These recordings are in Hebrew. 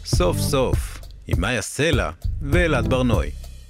סוף סוף, עם מאיה סלע ואלעד ברנוי.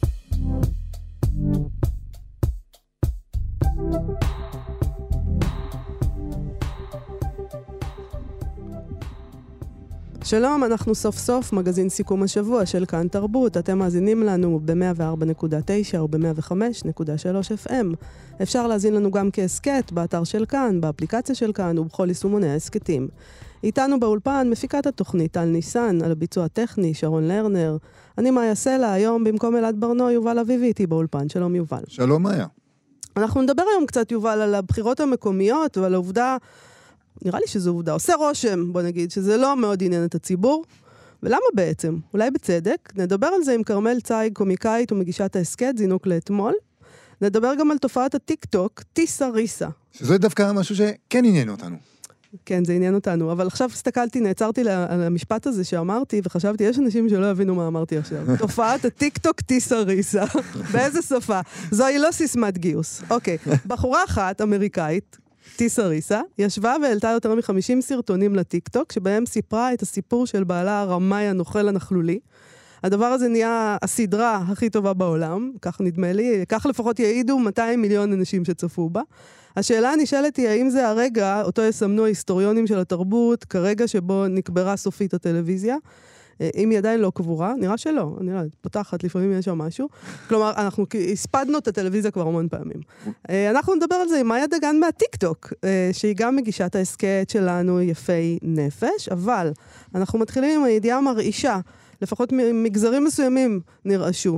שלום, אנחנו סוף סוף מגזין סיכום השבוע של כאן תרבות. אתם מאזינים לנו ב-104.9 או ב-105.3 FM. אפשר להזין לנו גם כעסקט באתר של כאן, באפליקציה של כאן ובכל יישומוני העסקטים. איתנו באולפן מפיקת התוכנית טל ניסן, על הביצוע הטכני שרון לרנר. אני מאיה סלע, היום במקום אלעד ברנוי יובל אביבי איתי באולפן. שלום יובל. שלום מאיה. אנחנו נדבר היום קצת יובל על הבחירות המקומיות ועל העובדה, נראה לי שזו עובדה, עושה רושם, בוא נגיד, שזה לא מאוד עניין את הציבור. ולמה בעצם? אולי בצדק. נדבר על זה עם כרמל צייג, קומיקאית ומגישת העסקט, זינוק לאתמול. נדבר גם על תופעת הטיק-טוק, טיסה ריסה. שזה דווקא משהו שכן עניין אותנו. כן, זה עניין אותנו. אבל עכשיו הסתכלתי, נעצרתי על המשפט הזה שאמרתי, וחשבתי, יש אנשים שלא הבינו מה אמרתי עכשיו. תופעת הטיק-טוק טיסה ריסה. באיזה שפה? זוהי לא סיסמת גיוס. אוקיי. בחורה אחת, אמריקאית, טיסה ריסה, ישבה והעלתה יותר מ-50 סרטונים לטיק-טוק, שבהם סיפרה את הסיפור של בעלה הרמאי הנוכל הנכלולי. הדבר הזה נהיה הסדרה הכי טובה בעולם, כך נדמה לי, כך לפחות יעידו 200 מיליון אנשים שצפו בה. השאלה הנשאלת היא, האם זה הרגע, אותו יסמנו ההיסטוריונים של התרבות, כרגע שבו נקברה סופית הטלוויזיה, אם היא עדיין לא קבורה, נראה שלא, נראה, פותחת, לפעמים יש שם משהו. כלומר, אנחנו הספדנו את הטלוויזיה כבר המון פעמים. אנחנו נדבר על זה עם מאיה דגן מהטיק-טוק, שהיא גם מגישת העסקט שלנו יפי נפש, אבל אנחנו מתחילים עם הידיעה המרעישה, לפחות מגזרים מסוימים נרעשו,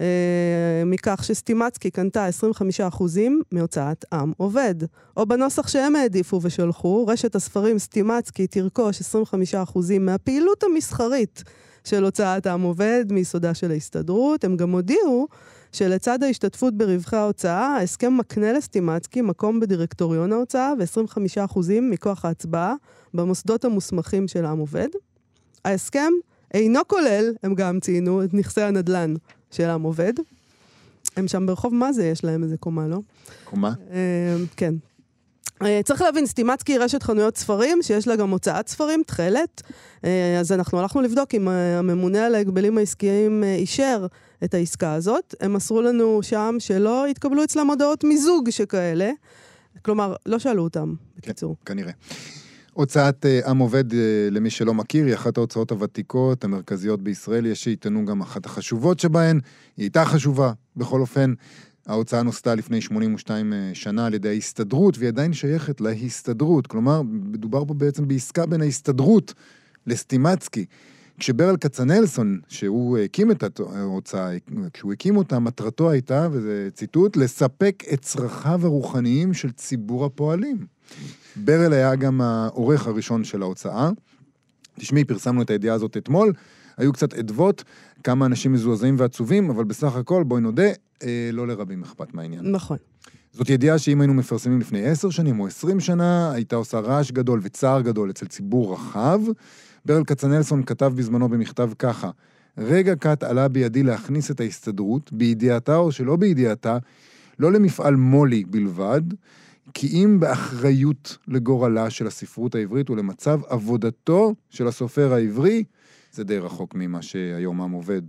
מכך שסטימצקי קנתה 25% מהוצאת עם עובד. או בנוסח שהם העדיפו ושלחו, רשת הספרים סטימצקי תרכוש 25% מהפעילות המסחרית של הוצאת עם עובד מיסודה של ההסתדרות. הם גם הודיעו שלצד ההשתתפות ברווחי ההוצאה, ההסכם מקנה לסטימצקי מקום בדירקטוריון ההוצאה ו25% מכוח ההצבעה במוסדות המוסמכים של עם עובד. ההסכם אינו כולל, הם גם ציינו, את נכסי הנדלן של עם עובד. הם שם ברחוב מה זה? יש להם איזה קומה, לא? קומה? כן. צריך להבין, סטימצקי רשת חנויות ספרים, שיש לה גם הוצאת ספרים, תחלת. אז אנחנו הלכנו לבדוק אם הממונה על ההגבלים העסקיים אישר את העסקה הזאת. הם מסרו לנו שם שלא התקבלו אצלם הודעות מיזוג שכאלה. כלומר, לא שאלו אותם, בקיצור. כנראה. הוצאת עם עובד, למי שלא מכיר, היא אחת ההוצאות הוותיקות, המרכזיות בישראל, יש שיתנו גם אחת החשובות שבהן, היא הייתה חשובה, בכל אופן, ההוצאה נוסדה לפני 82 שנה על ידי ההסתדרות, והיא עדיין שייכת להסתדרות, כלומר, מדובר פה בעצם בעסקה בין ההסתדרות לסטימצקי. כשברל כצנלסון, שהוא הקים את ההוצאה, כשהוא הקים אותה, מטרתו הייתה, וזה ציטוט, לספק את צרכיו הרוחניים של ציבור הפועלים. ברל היה גם העורך הראשון של ההוצאה. תשמעי, פרסמנו את הידיעה הזאת אתמול, היו קצת עדבות, כמה אנשים מזועזעים ועצובים, אבל בסך הכל, בואי נודה, לא לרבים אכפת מהעניין. נכון. זאת ידיעה שאם היינו מפרסמים לפני 10 שנים או 20 שנה, הייתה עושה רעש גדול וצער גדול אצל ציבור רחב. ברל כצנלסון כתב בזמנו במכתב ככה, רגע קט עלה בידי להכניס את ההסתדרות, בידיעתה או שלא בידיעתה, לא למפעל מולי בלבד, כי אם באחריות לגורלה של הספרות העברית ולמצב עבודתו של הסופר העברי, זה די רחוק ממה שהיום עם עובד,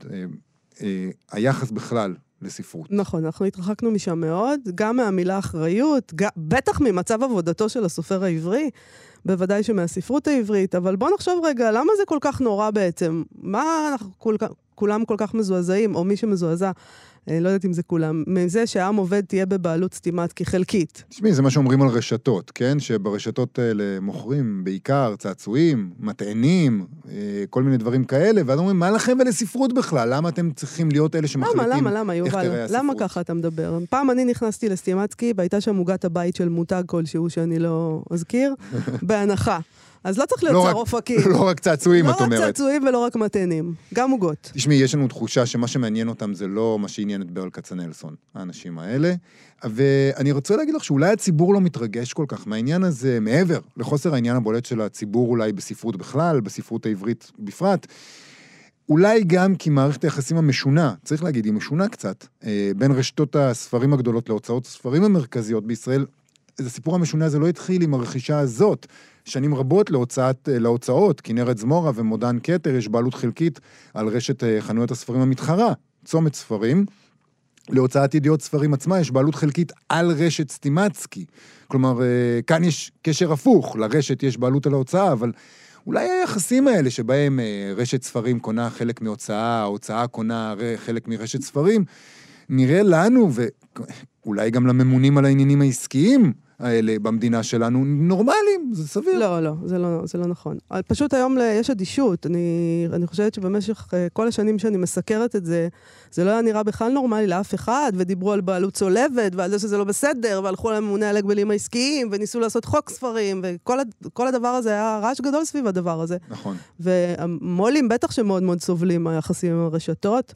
היחס בכלל לספרות. נכון, אנחנו התרחקנו משם מאוד, גם מהמילה אחריות, בטח ממצב עבודתו של הסופר העברי, בוודאי שמהספרות העברית, אבל בוא נחשוב רגע, למה זה כל כך נורא בעצם? מה כולם כל כך מזועזעים, או מי שמזועזע, לא יודעת אם זה כולם, מזה שהעם עובד תהיה בבעלות סטימצקי חלקית. תשמעי, זה מה שאומרים על רשתות, כן? שברשתות האלה מוכרים בעיקר צעצועים, מטענים, כל מיני דברים כאלה, ואז אומרים, מה לכם ולספרות בכלל? למה אתם צריכים להיות אלה שמחליטים למה, יובל? למה ככה אתה מדבר? פעם אני נכנסתי לסטימצקי, והייתה שם עוגת הבית של מותג כלשהו שאני לא אזכיר, בהנחה. אז לא צריך להיות אופקים. לא רק צעצועים, את אומרת. לא רק צעצועים ולא רק מתנים. גם עוגות. תשמעי, יש לנו תחושה שמה שמעניין אותם זה לא מה שעניין את ברל כצנלסון, האנשים האלה. ואני רוצה להגיד לך שאולי הציבור לא מתרגש כל כך מהעניין הזה, מעבר לחוסר העניין הבולט של הציבור אולי בספרות בכלל, בספרות העברית בפרט. אולי גם כי מערכת היחסים המשונה, צריך להגיד, היא משונה קצת, בין רשתות הספרים הגדולות להוצאות הספרים המרכזיות בישראל, אז הסיפור המשונה הזה לא התחיל עם הרכישה הזאת, שנים רבות להוצאות, כנרת זמורה ומודן קטר, יש בעלות חלקית על רשת חנויות הספרים המתחרה, צומת ספרים. להוצאת ידיעות ספרים עצמה יש בעלות חלקית על רשת סטימצקי. כלומר, כאן יש קשר הפוך, לרשת יש בעלות על ההוצאה, אבל אולי היחסים האלה שבהם רשת ספרים קונה חלק מהוצאה, ההוצאה קונה חלק מרשת ספרים, נראה לנו, ואולי גם לממונים על העניינים העסקיים האלה במדינה שלנו, נורמליים, זה סביר. לא, זה לא נכון. פשוט היום יש אדישות. אני חושבת שבמשך כל השנים שאני מסקרת את זה, זה לא היה נראה בכלל נורמלי לאף אחד, ודיברו על בעלות צולבת, ועל זה שזה לא בסדר, והלכו לממונה על ההגבלים העסקיים, וניסו לעשות חוק ספרים, וכל הדבר הזה היה רעש גדול סביב הדבר הזה. נכון. והמולים בטח שמאוד מאוד סובלים מהיחסים עם הרשתות,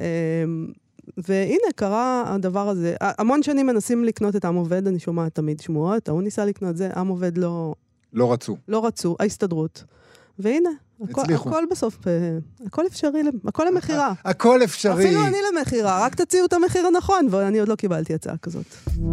והנה, קרה הדבר הזה. המון שנים מנסים לקנות את עם עובד, אני שומעת תמיד שמועות, הוא ניסה לקנות זה, עם עובד לא רצו. לא רצו, ההסתדרות. והנה, הכל בסוף, הכל אפשרי, הכל למחירה. הכל אפשרי. אפילו אני למחירה, רק תציעו את המחיר הנכון, ואני עוד לא קיבלתי הצעה כזאת.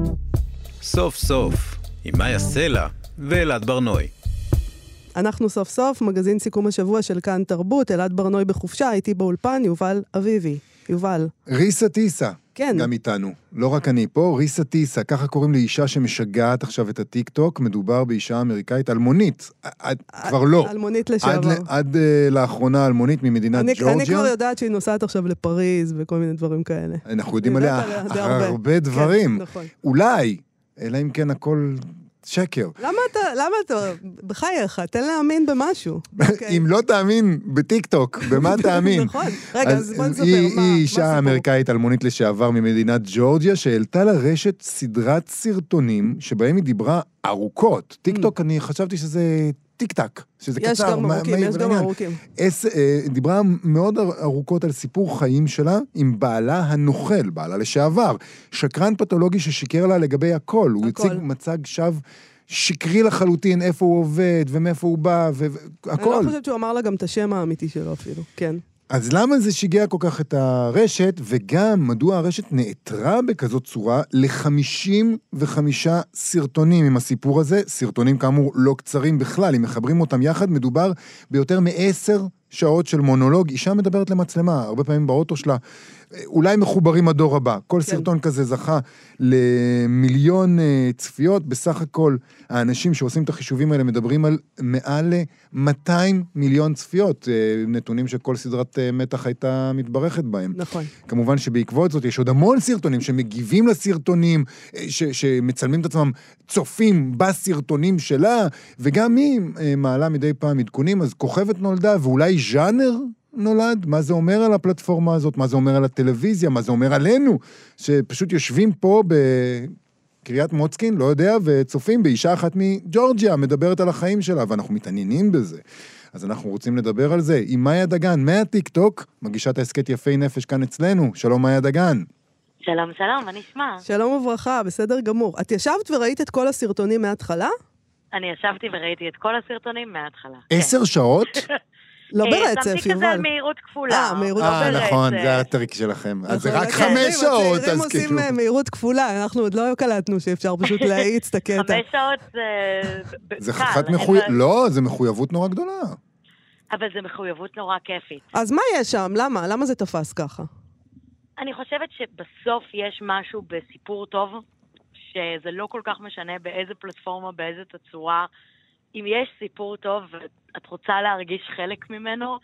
סוף סוף, עם מאיה סלע ואלעד ברנוי. אנחנו סוף סוף, מגזין סיכום השבוע של כאן תרבות, אלעד ברנוי בחופשה, הייתי באולפן, יובל אביבי. יובל. ריסה טיסה. כן. גם איתנו. לא רק אני פה, ריסה טיסה. ככה קוראים לאישה שמשגעת עכשיו את הטיק-טוק. מדובר באישה אמריקאית, אלמונית. כבר לא. אלמונית לשעבר. עד לאחרונה אלמונית ממדינת ג'ורג'יה. אני כבר יודעת שהיא נוסעת עכשיו לפריז וכל מיני דברים כאלה. אנחנו יודעים עליה הרבה דברים. כן, נכון. אולי, אלא אם כן הכל שקר. למה אתה, בחייך, תן להאמין במשהו. אם לא תאמין בטיק-טוק, במה תאמין? נכון. רגע, אז בוא נספר. היא אישה אמריקאית אלמונית לשעבר ממדינת ג'ורג'יה, שהעלתה לרשת סדרת סרטונים, שבהם היא דיברה ארוכות. טיק-טוק, אני חשבתי שזה טיק-טק, שזה קצר. יש גם ארוכים. דיברה מאוד ארוכות על סיפור חיים שלה עם בעלה הנוכל, בעלה לשעבר, שקרן פתולוגי ששיקר לה לגבי הכל. הוא הציג מצג שווא שקרי לחלוטין, איפה הוא עובד ומאיפה הוא בא, והכל. אני לא חושבת שהוא אמר לה גם את השם האמיתי שלו אפילו, כן. אז למה זה שיגע כל כך את הרשת, וגם מדוע הרשת נעתרה בכזאת צורה ל-55 סרטונים עם הסיפור הזה, סרטונים כאמור לא קצרים בכלל, אם מחברים אותם יחד, מדובר ביותר מ10 שעות של מונולוג, אישה מדברת למצלמה, הרבה פעמים באוטו שלה, אולי מחוברים הדור הבא, כל סרטון כזה זכה למיליון צפיות, בסך הכל האנשים שעושים את החישובים האלה מדברים על מעל 200 מיליון צפיות, נתונים שכל סדרת מתח הייתה מתברכת בהם. נכון. כמובן שבעקבות זאת יש עוד המון סרטונים שמגיבים לסרטונים, שמצלמים את עצמם, צופים בסרטונים שלה, וגם היא מעלה מדי פעם עדכונים, אז כוכבת נולדה, ואולי ז'אנר נולד, מה זה אומר על הפלטפורמה הזאת, מה זה אומר על הטלוויזיה, מה זה אומר עלינו, שפשוט יושבים פה בקריית מוצקין, לא יודע, וצופים באישה אחת מג'ורג'יה, מדברת על החיים שלה, ואנחנו מתעניינים בזה. אז אנחנו רוצים לדבר על זה. עם מאיה דגן, מהטיק-טוק, מגישת העסקת יפי נפש כאן אצלנו. שלום מאיה דגן. שלום, שלום, מה נשמע? שלום וברכה, בסדר גמור. את ישבת וראית את כל הסרטונים מההתחלה? אני ישבתי וראיתי את כל הסרטונים מההתחלה. 10 שעות? לא ברצף, שמתי כזה על מהירות כפולה. מהירות כפולה. נכון, זה הטריק שלכם. אז זה רק 5 שעות, אז כאילו. הם עושים מהירות כפולה, אנחנו עוד לא קלטנו שאפשר פשוט להאיץ את הקטע. 5 שעות זה חתיכת מחויבות, לא, זה מחויבות נורא גדולה. אבל זה מחויבות נורא כיפית. אז מה יש שם? למה? למה זה תפס ככה? אני חושבת שבסוף יש משהו בסיפור טוב, שזה לא כל כך משנה באיזה פלטפורמה, באיזה תצורה. אם יש סיפור טוב ואת רוצה להרגיש חלק ממנו,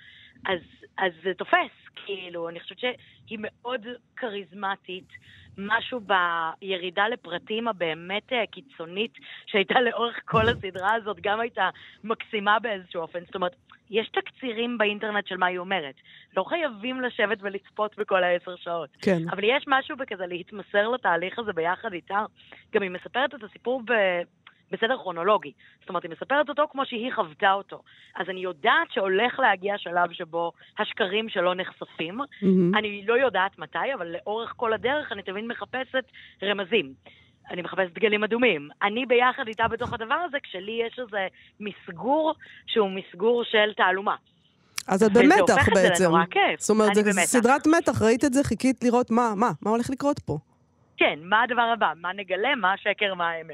אז זה תופס. כאילו, אני חושבת שהיא מאוד קריזמטית, משהו בירידה לפרטים הבאמת קיצונית שהייתה לאורך כל הסדרה הזאת, גם הייתה מקסימה באיזשהו אופן. זאת אומרת, יש תקצירים באינטרנט של מה היא אומרת. לא חייבים לשבת ולצפות בכל 10 שעות. כן. אבל יש משהו בכזה להתמסר לתהליך הזה ביחד איתה. גם היא מספרת את הסיפור בסדר כרונולוגי. זאת אומרת, היא מספרת אותו כמו שהיא חוותה אותו. אז אני יודעת שהולך להגיע שלב שבו השקרים שלו נחשפים. אני לא יודעת מתי, אבל לאורך כל הדרך אני תמיד מחפשת רמזים. אני מחפשת דגלים אדומים. אני ביחד איתה בתוך הדבר הזה, כשלי יש איזה מסגור שהוא מסגור של תעלומה. אז את במתח בעצם. וזה הופך את זה לנורא כיף. זאת אומרת, זה סדרת מתח, ראית את זה, חיכית לראות מה הולך לקרות פה. כן, מה הדבר הבא? מה נגלה, מה השקר, מה האמת.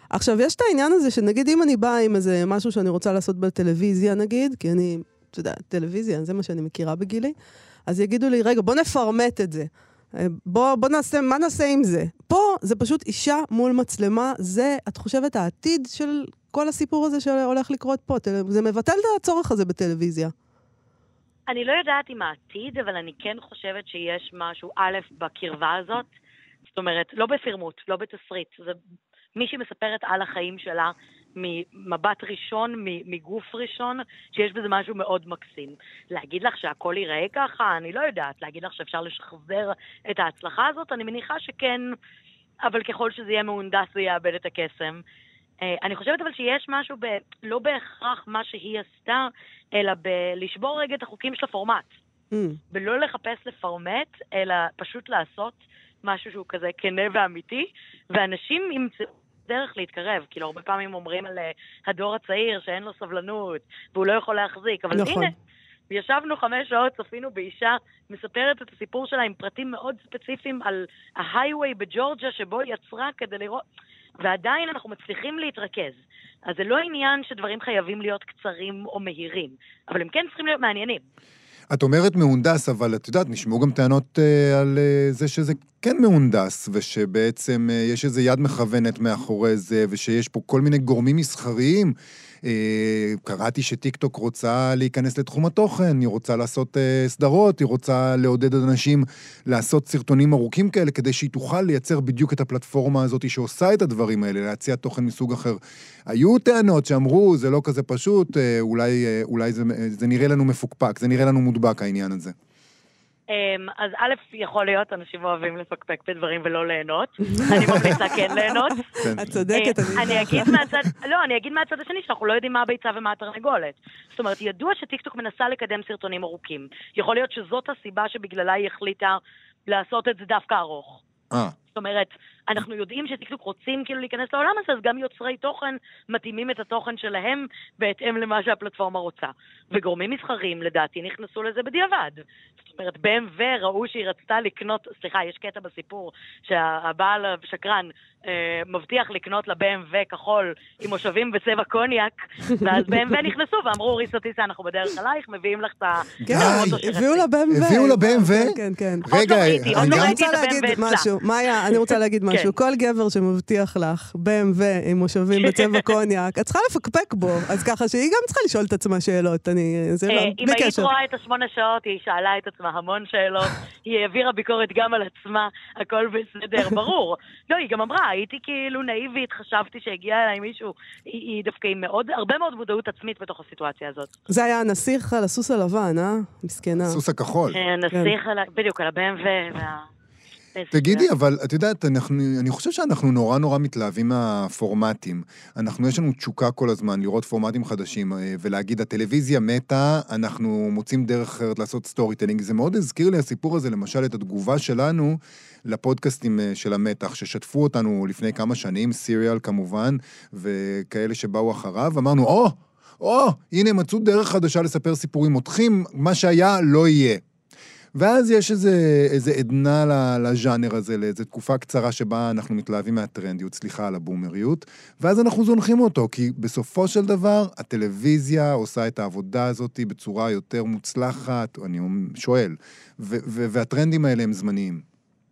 עכשיו, יש את העניין הזה שנגיד אם אני באה עם איזה משהו שאני רוצה לעשות בטלוויזיה, נגיד, כי אני, אתה יודע, טלוויזיה, זה מה שאני מכירה בגילי, אז יגידו לי, רגע, בוא נפרמט את זה. בוא נעשה, מה נעשה עם זה? פה זה פשוט אישה מול מצלמה, זה, את חושבת, העתיד של כל הסיפור הזה שהולך לקרות פה. זה מבטל את הצורך הזה בטלוויזיה. אני לא יודעת עם העתיד, אבל אני כן חושבת שיש משהו, א', בקרבה הזאת, זאת אומרת, לא בפרמות, לא בתסריט, זה מישהי מספרת על החיים שלה, ממבט ראשון, מגוף ראשון, שיש בזה משהו מאוד מקסים. להגיד לך שהכל ייראה ככה, אני לא יודעת. להגיד לך שאפשר לשחזר את ההצלחה הזאת, אני מניחה שכן, אבל ככל שזה יהיה מהונדס זה יאבד את הקסם. אני חושבת אבל שיש משהו לא בהכרח מה שהיא עשתה, אלא בלשבור רגע את החוקים של הפורמט. ולא לחפש לפורמט, אלא פשוט לעשות משהו שהוא כזה כנה ואמיתי, ואנשים ימצאו דרך להתקרב, כאילו הרבה פעמים אומרים על הדור הצעיר שאין לו סבלנות, והוא לא יכול להחזיק, אבל נכון. הנה, ישבנו 5 שעות, צפינו באישה, מספרת את הסיפור שלה עם פרטים מאוד ספציפיים על ההייווי בג'ורג'ה שבו היא יצרה כדי לראות, ועדיין אנחנו מצליחים להתרכז. אז זה לא עניין שדברים חייבים להיות קצרים או מהירים, אבל הם כן צריכים להיות מעניינים. את אומרת מהונדס, אבל את יודעת, נשמעו גם טענות על זה שזה כן מהונדס, ושבעצם יש איזו יד מכוונת מאחורי זה, ושיש פה כל מיני גורמים מסחריים. קראתי שטיקטוק רוצה להיכנס לתחום התוכן, היא רוצה לעשות סדרות, היא רוצה לעודד אנשים לעשות סרטונים ארוכים כאלה, כדי שהיא תוכל לייצר בדיוק את הפלטפורמה הזאת שעושה את הדברים האלה, להציע תוכן מסוג אחר. היו טענות שאמרו, זה לא כזה פשוט, אולי זה נראה לנו מפוקפק, זה נראה לנו מודבק העניין הזה. אז א', יכול להיות, אנשים אוהבים לפקפק בדברים ולא ליהנות. אני ממליצה כן ליהנות. את צודקת, אני אגיד מהצד השני שאנחנו לא יודעים מה הביצה ומה התרנגולת. זאת אומרת, ידוע שטיקטוק מנסה לקדם סרטונים ארוכים. יכול להיות שזאת הסיבה שבגללה היא החליטה לעשות את זה דווקא ארוך. זאת אומרת, אנחנו יודעים שטיקטוק רוצים כאילו להיכנס לעולם הזה, אז גם יוצרי תוכן מתאימים את התוכן שלהם בהתאם למה שהפלטפורמה רוצה. וגורמים מסחרים, לדעתי, נכנסו לזה בדיעבד. זאת אומרת, BMW ראו שהיא רצתה לקנות, סליחה, יש קטע בסיפור שהבעל שקרן מבטיח לקנות ל-BMW כחול עם מושבים בצבע קוניאק, ואז BMW נכנסו ואמרו, ריסה טיסה, אנחנו בדרך עלייך, מביאים לך את הביאו ל-BMW. הביאו ל-BMW? כן, כן. רגע, אני רוצה להגיד משהו. מאיה, אני רוצה להגיד משהו. כל גבר שמבטיח לך BMW עם מושבים בצבע קוניאק, את צריכה לפקפק בו, אז ככה שהיא גם צריכה לשאול את עצמה שאלות. אם היית רואה את 8 שעות, היא שאלה את עצמה המון שאלות, היא העבירה ביקורת גם על עצמה, הכל בסדר, ברור. לא, היא גם אמרה, הייתי כאילו נאיבית, חשבתי שהגיע אליי מישהו, היא דווקא עם הרבה מאוד מודעות עצמית בתוך הסיטואציה הזאת. זה היה הנסיך על הסוס הלבן, מסכנה. הסוס הכחול. הנסיך, בדיוק, על ה-BMW תגידי, אבל את יודעת, אני חושב שאנחנו נורא מתלהבים מהפורמטים. יש לנו תשוקה כל הזמן לראות פורמטים חדשים, ולהגיד, הטלוויזיה מתה, אנחנו מוצאים דרך אחרת לעשות סטורי טלינג. זה מאוד הזכיר לי הסיפור הזה, למשל, את התגובה שלנו לפודקאסטים של המתח, ששתפו אותנו לפני כמה שנים, סיריאל כמובן, וכאלה שבאו אחריו, אמרנו, הנה מצאו דרך חדשה לספר סיפורים, מותחים, מה שהיה לא יהיה. ואז יש איזה עדנה לז'אנר הזה, לאיזו תקופה קצרה שבה אנחנו מתלהבים מהטרנדיות, סליחה על הבומריות, ואז אנחנו זונחים אותו, כי בסופו של דבר, הטלוויזיה עושה את העבודה הזאת בצורה יותר מוצלחת, אני שואל, והטרנדים האלה הם זמניים.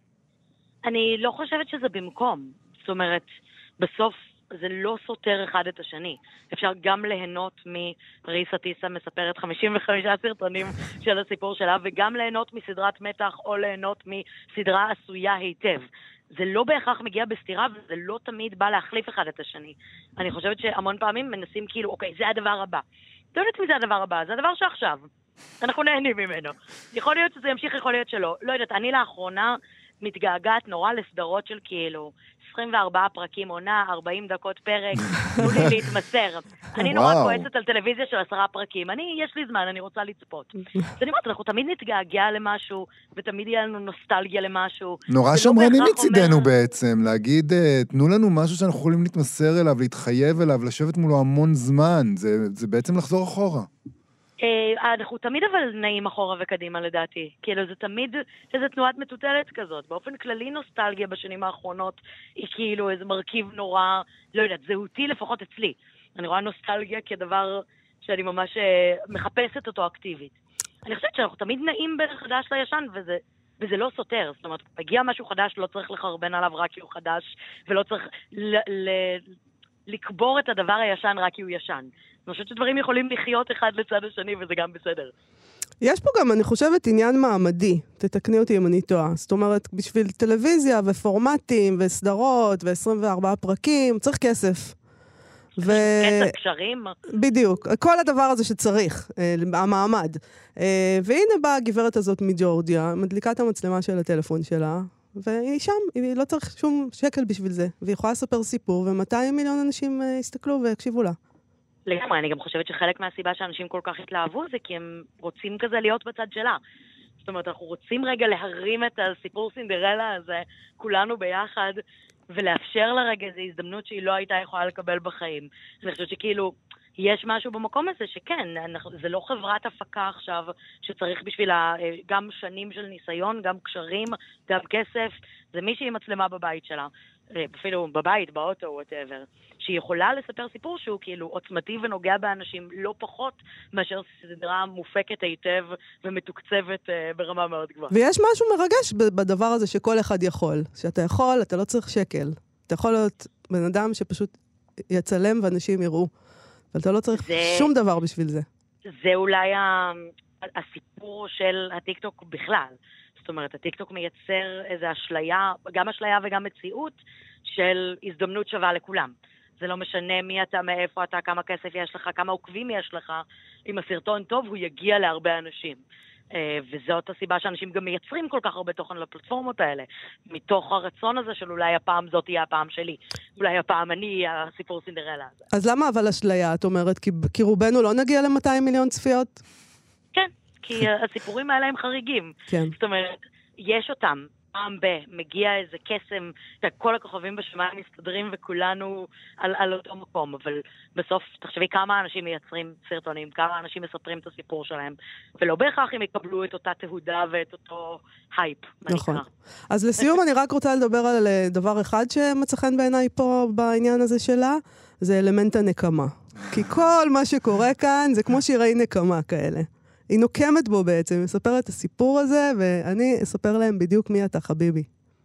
אני לא חושבת שזה במקום. זאת אומרת, בסוף זה לא סותר אחד את השני. אפשר גם ליהנות מריסה טיסה מספרת 55 סרטונים של הסיפור שלה, וגם ליהנות מסדרת מתח, או ליהנות מסדרה עשויה היטב. זה לא בהכרח מגיע בסתירה, וזה לא תמיד בא להחליף אחד את השני. אני חושבת שהמון פעמים מנסים כאילו, אוקיי, זה הדבר הבא. לא יודעת מי זה הדבר הבא, זה הדבר שעכשיו. אנחנו נהנים ממנו. יכול להיות שזה ימשיך, יכול להיות שלא. לא יודעת, אני לאחרונה מתגעגעת נורא לסדרות של כאילו 24 פרקים עונה, 40 דקות פרק, תנו לי להתמסר. אני נורא כועסת על טלוויזיה של 10 פרקים. יש לי זמן, אני רוצה לצפות. אז אני אומרת, אנחנו תמיד נתגעגע למשהו, ותמיד יהיה לנו נוסטלגיה למשהו. נורא שמרנים מצידנו בעצם, להגיד, תנו לנו משהו שאנחנו יכולים להתמסר אליו, להתחייב אליו, לשבת מולו המון זמן. זה בעצם לחזור אחורה. אנחנו תמיד אבל נעים אחורה וקדימה לדעתי. כאילו זה תמיד איזו תנועת מטוטלת כזאת. באופן כללי נוסטלגיה בשנים האחרונות היא כאילו איזה מרכיב נורא, לא יודעת, זהותי לפחות אצלי. אני רואה נוסטלגיה כדבר שאני ממש מחפשת אותו אקטיבית. אני חושבת שאנחנו תמיד נעים בין החדש לישן, וזה לא סותר. זאת אומרת, מגיע משהו חדש, לא צריך לחרבן עליו רק כי הוא חדש, ולא צריך לקבור את הדבר הישן רק כי הוא ישן. אני חושבת שדברים יכולים לחיות אחד לצד השני, וזה גם בסדר. יש פה גם, אני חושבת, עניין מעמדי. תתקני אותי אם אני טועה. זאת אומרת, בשביל טלוויזיה ופורמטים וסדרות ו24 פרקים, צריך כסף. כסף, קשרים. בדיוק. כל הדבר הזה שצריך, המעמד. והנה באה הגברת הזאת מג'ורג'יה, מדליקה את המצלמה של הטלפון שלה, והיא שם, היא לא צריך שום שקל בשביל זה. והיא יכולה לספר סיפור, ו200 מיליון אנשים יסתכלו ויקשיבו לה. לגמרי, אני גם חושבת שחלק מהסיבה שאנשים כל כך התלהבו זה כי הם רוצים כזה להיות בצד שלה. זאת אומרת, אנחנו רוצים רגע להרים את הסיפור סינדרלה הזה, כולנו ביחד, ולאפשר לה רגע איזו הזדמנות שהיא לא הייתה יכולה לקבל בחיים. אני חושבת שכאילו, יש משהו במקום הזה שכן, זה לא חברת הפקה עכשיו שצריך בשבילה גם שנים של ניסיון, גם קשרים, גם כסף, זה מישהי עם מצלמה בבית שלה. אפילו בבית, באוטו, whatever, שהיא יכולה לספר סיפור שהוא כאילו עוצמתי ונוגע באנשים לא פחות מאשר סדרה מופקת היטב ומתוקצבת ברמה מאוד גבוהה. ויש משהו מרגש בדבר הזה שכל אחד יכול. שאתה יכול, אתה לא צריך שקל. אתה יכול להיות בן אדם שפשוט יצלם ואנשים יראו. אבל אתה לא צריך שום דבר בשביל זה. זה אולי הסיפור של הטיקטוק בכלל. זאת אומרת, הטיקטוק מייצר איזו אשליה, גם אשליה וגם מציאות של הזדמנות שווה לכולם. זה לא משנה מי אתה, מאיפה אתה, כמה כסף יש לך, כמה עוקבים יש לך. אם הסרטון טוב, הוא יגיע להרבה אנשים. וזאת הסיבה שאנשים גם מייצרים כל כך הרבה תוכן לפלטפורמות האלה. מתוך הרצון הזה של אולי הפעם זאת תהיה הפעם שלי. אולי הפעם אני הסיפור סינדרלה הזה. אז למה אבל אשליה, את אומרת? כי רובנו לא נגיע ל200 מיליון צפיות? כן. כי הסיפורים האלה הם חריגים. כן. זאת אומרת, יש אותם, פעם מגיע איזה קסם, כל הכוכבים בשמיים מסתדרים וכולנו על אותו מקום, אבל בסוף תחשבי כמה אנשים מייצרים סרטונים, כמה אנשים מספרים את הסיפור שלהם, ולא בהכרח הם יקבלו את אותה תהודה ואת אותו הייפ. נכון. אז לסיום אני רק רוצה לדבר על דבר אחד שמצא חן בעיניי פה בעניין הזה שלה, זה אלמנט הנקמה. כי כל מה שקורה כאן זה כמו שיראי נקמה כאלה. היא נוקמת בו בעצם, היא מספרת את הסיפור הזה, ואני אספר להם בדיוק מי אתה, חביבי.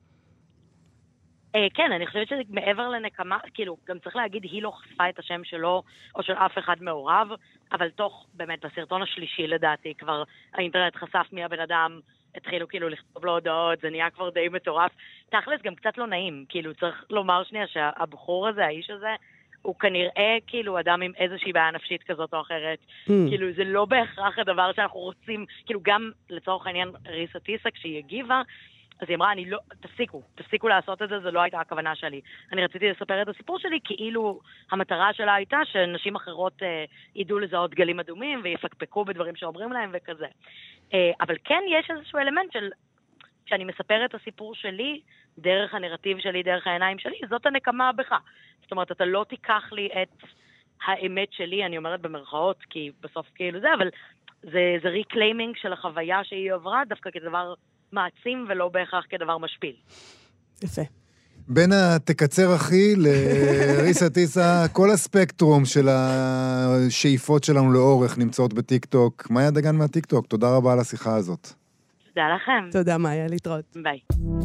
כן, אני חושבת שזה מעבר לנקמה, כאילו, גם צריך להגיד, היא לא חשפה את השם שלו, או של אף אחד מעורב, אבל תוך, באמת, בסרטון השלישי לדעתי, כבר האינטרנט חשף מי הבן אדם, התחילו כאילו לכתוב לו הודעות, זה נהיה כבר די מטורף. תכלס גם קצת לא נעים, כאילו, צריך לומר שנייה שהבחור הזה, האיש הזה, הוא כנראה כאילו אדם עם איזושהי בעיה נפשית כזאת או אחרת. כאילו זה לא בהכרח הדבר שאנחנו רוצים, כאילו גם לצורך העניין ריסה טיסה כשהיא הגיבה, אז היא אמרה, תפסיקו לעשות את זה, זה לא הייתה הכוונה שלי. אני רציתי לספר את הסיפור שלי, כאילו המטרה שלה הייתה שנשים אחרות ידעו לזהות גלים אדומים ויפקפקו בדברים שאומרים להם וכזה. אבל כן יש איזשהו אלמנט של, כשאני מספר את הסיפור שלי, דרך הנרטיב שלי, דרך העיניים שלי, זאת הנקמה בך. זאת אומרת, אתה לא תיקח לי את האמת שלי, אני אומרת במרכאות, כי בסוף כאילו זה, אבל זה ריקליימינג של החוויה שהיא עברה, דווקא כדבר מעצים ולא בהכרח כדבר משפיל. יפה. בין התקצר אחי לריסה טיסה, כל הספקטרום של השאיפות שלנו לאורך נמצאות בטיקטוק. מאיה דגן מהטיקטוק, תודה רבה על השיחה הזאת. תודה לכם. תודה מאיה, להתראות. ביי.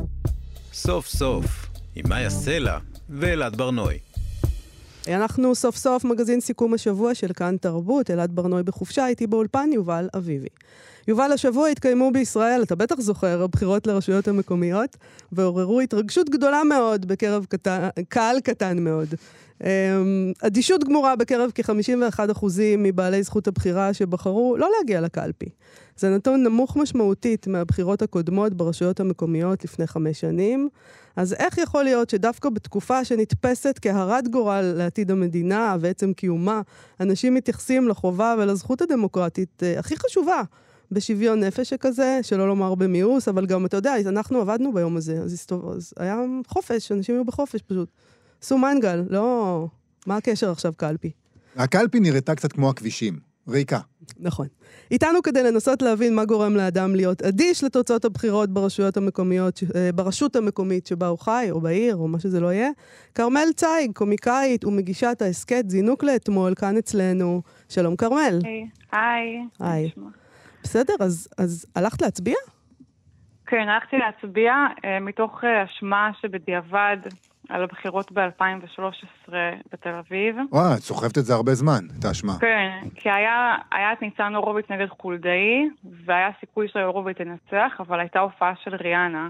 סוף סוף, עם מאיה סלע ואלעד ברנוי. אנחנו סוף סוף מגזין סיכום השבוע של כאן תרבות, אלעד ברנוי בחופשה, איתי באולפן יובל אביבי. יובל, השבוע התקיימו בישראל, אתה בטח זוכר, הבחירות לרשויות המקומיות, ועוררו התרגשות גדולה מאוד בקרב קהל קטן מאוד. אדישות גמורה בקרב כ-51% מבעלי זכות הבחירה שבחרו לא להגיע לקלפי. זה נתון נמוך משמעותית מהבחירות הקודמות ברשויות המקומיות לפני 5 שנים. אז איך יכול להיות שדווקא בתקופה שנתפסת כהרת גורל לעתיד המדינה ועצם קיומה, אנשים מתייחסים לחובה ולזכות הדמוקרטית הכי חשובה בשוויון נפש שכזה, שלא לומר במיאוס, אבל גם, אתה יודע, אנחנו עבדנו ביום הזה, אז היה חופש, אנשים היו בחופש פשוט. עשו מנגל, לא... מה הקשר עכשיו קלפי? הקלפי נראתה קצת כמו הכבישים, ריקה. נכון. איתנו כדי לנסות להבין מה גורם לאדם להיות אדיש לתוצאות הבחירות ברשות המקומית שבה הוא חי, או בעיר, או מה שזה לא יהיה. כרמל צייג, קומיקאית ומגישת ההסקט זינוק לאתמול, כאן אצלנו. שלום כרמל. היי. בסדר, אז הלכת להצביע? כן, הלכתי להצביע מתוך אשמה שבדיעבד על הבחירות ב-2013 בתל אביב. וואו, את סוחבת את זה הרבה זמן, את האשמה. כן, כי היה את ניצן הורוביץ נגד חולדאי, והיה סיכוי שהורוביץ תנצח, אבל הייתה הופעה של ריאנה.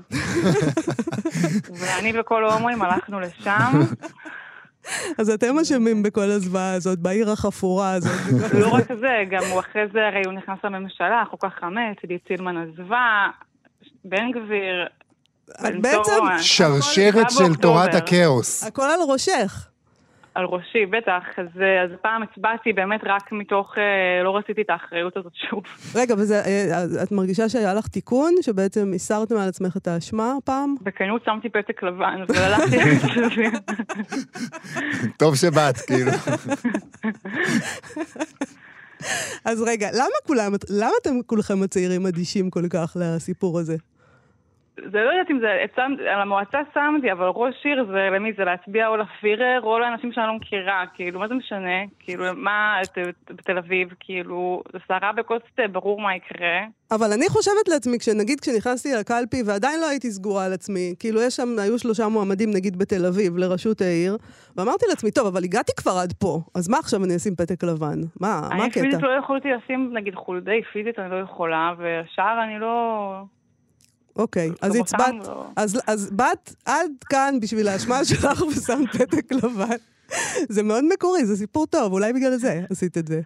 ואני וכל ההומואים הלכנו לשם. אז אתם אשמים בכל הזוועה הזאת, בעיר החפורה הזאת. לא רק זה, גם הוא אחרי זה, הרי הוא נכנס לממשלה, כל כך חמץ, עידית סילמן עזבה, בן גביר. בעצם שרשרת של תורת הכאוס. הכל על ראשך. על ראשי, בטח. אז פעם הצבעתי באמת רק מתוך, לא רציתי את האחריות הזאת שוב. רגע, את מרגישה שהיה לך תיקון, שבעצם הסרתם על עצמך את האשמה פעם? בכנות שמתי פתק לבן, אבל הלכתי להצביע. טוב שבאת, כאילו. אז רגע, למה אתם כולכם הצעירים אדישים כל כך לסיפור הזה? זה לא יודעת אם זה, על המועצה שמתי, אבל ראש עיר זה למי? זה להצביע או לפירר או לאנשים שאני לא מכירה, כאילו, מה זה משנה? כאילו, מה, בתל אביב, כאילו, זה סערה בקוצת, ברור מה יקרה. אבל אני חושבת לעצמי, כשנכנסתי לקלפי, ועדיין לא הייתי סגורה על עצמי, כאילו, היו 3 מועמדים, נגיד, בתל אביב, לראשות העיר, ואמרתי לעצמי, טוב, אבל הגעתי כבר עד פה, אז מה עכשיו אני אשים פתק לבן? מה הקטע? אני פיזית לא יכולתי לשים, נגיד, חולדאי, פיזית אני לא יכולה, והשאר אני לא... אוקיי, אז הצבעת, אז באת עד כאן בשביל האשמה שלך ושמת פתק לבן. זה מאוד מקורי, זה סיפור טוב, אולי בגלל זה עשית את זה.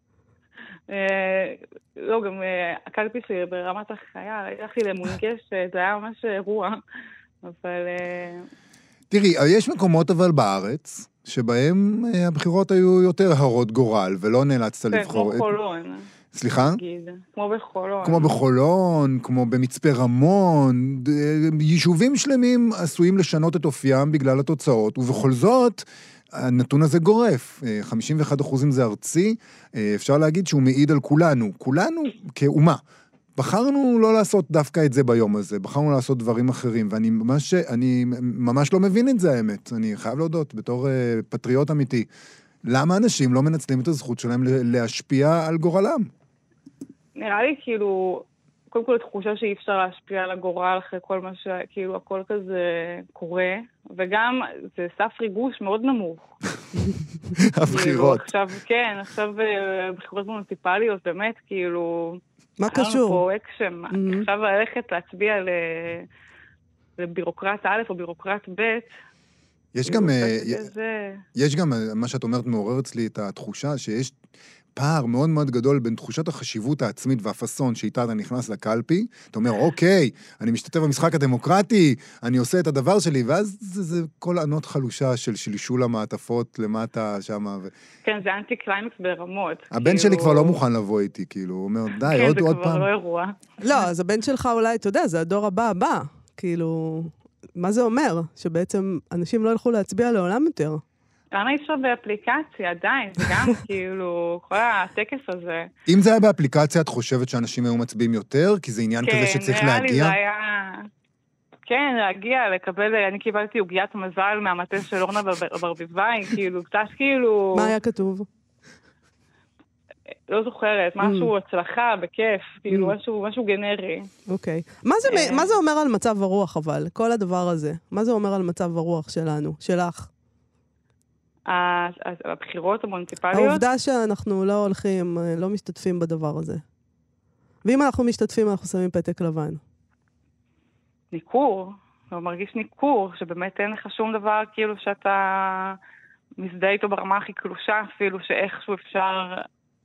לא, גם הקלפי שלי ברמת החיה, הלכתי למונגש, זה היה ממש אירוע, אבל... תראי, יש מקומות אבל בארץ, שבהם הבחירות היו יותר הרות גורל, ולא נאלצת לבחור... כמו חולון. סליחה? כמו בחולון. כמו בחולון, כמו במצפה רמון, יישובים שלמים עשויים לשנות את אופיים בגלל התוצאות, ובכל זאת, הנתון הזה גורף. 51% זה ארצי, אפשר להגיד שהוא מעיד על כולנו כאומה. בחרנו לא לעשות דווקא את זה ביום הזה, בחרנו לעשות דברים אחרים, ואני ממש לא מבין את זה, האמת. אני חייב להודות, בתור פטריוט אמיתי. למה אנשים לא מנצלים את הזכות שלהם להשפיע על גורלם? נראה לי כאילו, קודם כל תחושה שאי אפשר להשפיע על הגורל אחרי כל מה שכאילו הכל כזה קורה, וגם זה סף ריגוש מאוד נמוך. הבחירות. עכשיו בחירות מוניציפליות, באמת כאילו... מה קשור? פה אקשן, עכשיו ללכת להצביע לבירוקרט א' או בירוקרט ב', יש גם מה שאת אומרת מעורר אצלי את התחושה שיש פער מאוד מאוד גדול בין תחושת החשיבות העצמית והפסון שאיתה אתה נכנס לקלפי, אתה אומר, אוקיי, אני משתתף במשחק הדמוקרטי, אני עושה את הדבר שלי, ואז זה כל ענות חלושה של שלשול המעטפות למטה שם. כן, זה אנטי קליימקס ברמות. הבן שלי כבר לא מוכן לבוא איתי, כאילו, הוא אומר, די, עוד פעם. כן, זה כבר לא אירוע. לא, אז הבן שלך אולי, אתה יודע, זה הדור הבא, כאילו... מה זה אומר? שבעצם אנשים לא ילכו להצביע לעולם יותר. למה אי אפשר באפליקציה? עדיין, זה גם כאילו, כל הטקס הזה. אם זה היה באפליקציה, את חושבת שאנשים היו מצביעים יותר? כי זה עניין כזה שצריך להגיע? כן, נראה לי זה היה... כן, להגיע, לקבל... אני קיבלתי עוגיית מזל מהמטה של אורנה ברביבאי, כאילו, קצת כאילו... מה היה כתוב? לא זוכרת, משהו הצלחה, בכיף, כאילו משהו גנרי. אוקיי. מה זה אומר על מצב הרוח אבל, כל הדבר הזה? מה זה אומר על מצב הרוח שלנו, שלך? הבחירות המוניציפליות? העובדה שאנחנו לא הולכים, לא משתתפים בדבר הזה. ואם אנחנו משתתפים, אנחנו שמים פתק לבן. ניכור, הוא מרגיש ניכור, שבאמת אין לך שום דבר כאילו שאתה מזדהה איתו ברמה הכי קלושה, אפילו שאיכשהו אפשר...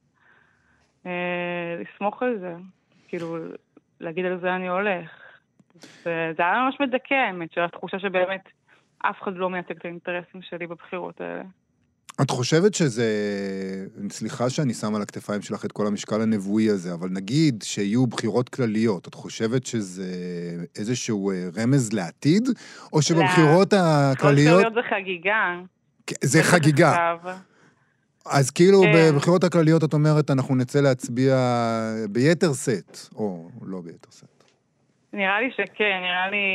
לסמוך על זה, כאילו, להגיד על זה אני הולך. זה היה ממש מדכא, האמת, של התחושה שבאמת אף אחד לא מייצג את האינטרסים שלי בבחירות האלה. את חושבת שזה, סליחה שאני שם על הכתפיים שלך את כל המשקל הנבואי הזה, אבל נגיד שיהיו בחירות כלליות, את חושבת שזה איזשהו רמז לעתיד, או שבבחירות הכלליות... בחירות כלליות זה חגיגה. זה חגיגה. אז כאילו בבחירות הכלליות את אומרת, אנחנו נצא להצביע ביתר סט, או לא ביתר סט. נראה לי שכן, נראה לי...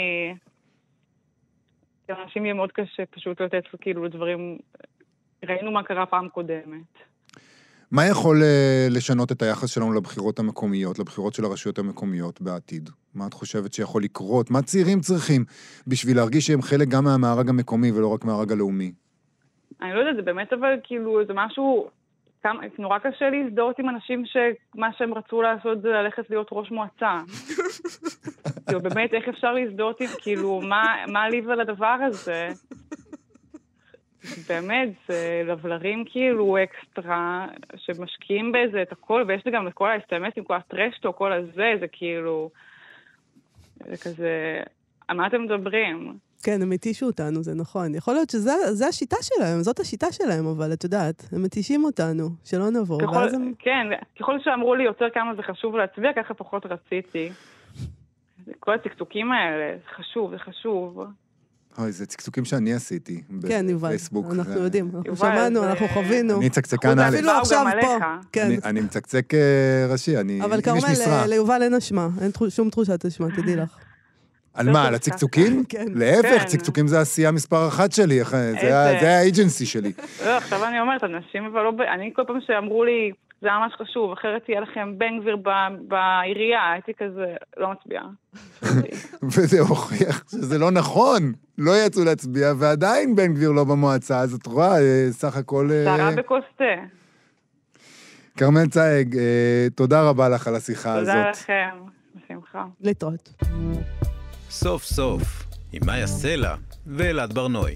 אנשים יהיה מאוד קשה פשוט לתת כאילו לדברים... ראינו מה קרה פעם קודמת. מה יכול לשנות את היחס שלנו לבחירות המקומיות, לבחירות של הרשויות המקומיות בעתיד? מה את חושבת שיכול לקרות? מה צעירים צריכים בשביל להרגיש שהם חלק גם מהמארג המקומי ולא רק מהמארג הלאומי? אני לא יודעת, זה באמת אבל כאילו זה משהו... נורא קשה להזדהות עם אנשים שמה שהם רצו לעשות זה ללכת להיות ראש מועצה. כאילו באמת איך אפשר להזדהות עם... כאילו מה עליב על הדבר הזה? באמת, זה לבלרים כאילו אקסטרה, שמשקיעים בזה את הכל, ויש לי גם את כל האסטמסים, כל הטרשטו, כל הזה, זה כאילו, זה כזה, על מה אתם מדברים? כן, הם מתישו אותנו, זה נכון. יכול להיות שזה השיטה שלהם, זאת השיטה שלהם, אבל את יודעת, הם מתישים אותנו, שלא נבוא. כן, ככל שאמרו לי יותר כמה זה חשוב להצביע, ככה פחות רציתי. כל הצקצוקים האלה, זה חשוב, זה חשוב. אוי, זה צקצוקים שאני עשיתי בפייסבוק. כן, אנחנו יודעים, אנחנו שמענו, אנחנו חווינו. אני צקצקן א'. אפילו עכשיו פה. אני מצקצק ראשי, אני איש משרה. אבל כרמל, ליובל אין אשמה, אין שום תחושת אשמה, תדעי לך. על מה? על הצקצוקים? כן. להפך, צקצוקים זה העשייה מספר אחת שלי, זה האג'נסי שלי. לא, עכשיו אני אומרת, אנשים אבל לא... אני כל פעם שאמרו לי, זה ממש חשוב, אחרת יהיה לכם בן גביר בעירייה, הייתי כזה, לא מצביעה. וזה הוכיח שזה לא נכון, לא יצאו להצביע, ועדיין בן גביר לא במועצה, אז את רואה, סך הכל... שרה בקוסטה. כרמל צייג, תודה רבה לך על השיחה הזאת. תודה לכם, בשמחה. להתראות. סוף סוף, עם מאיה סלע ואלעד ברנוי.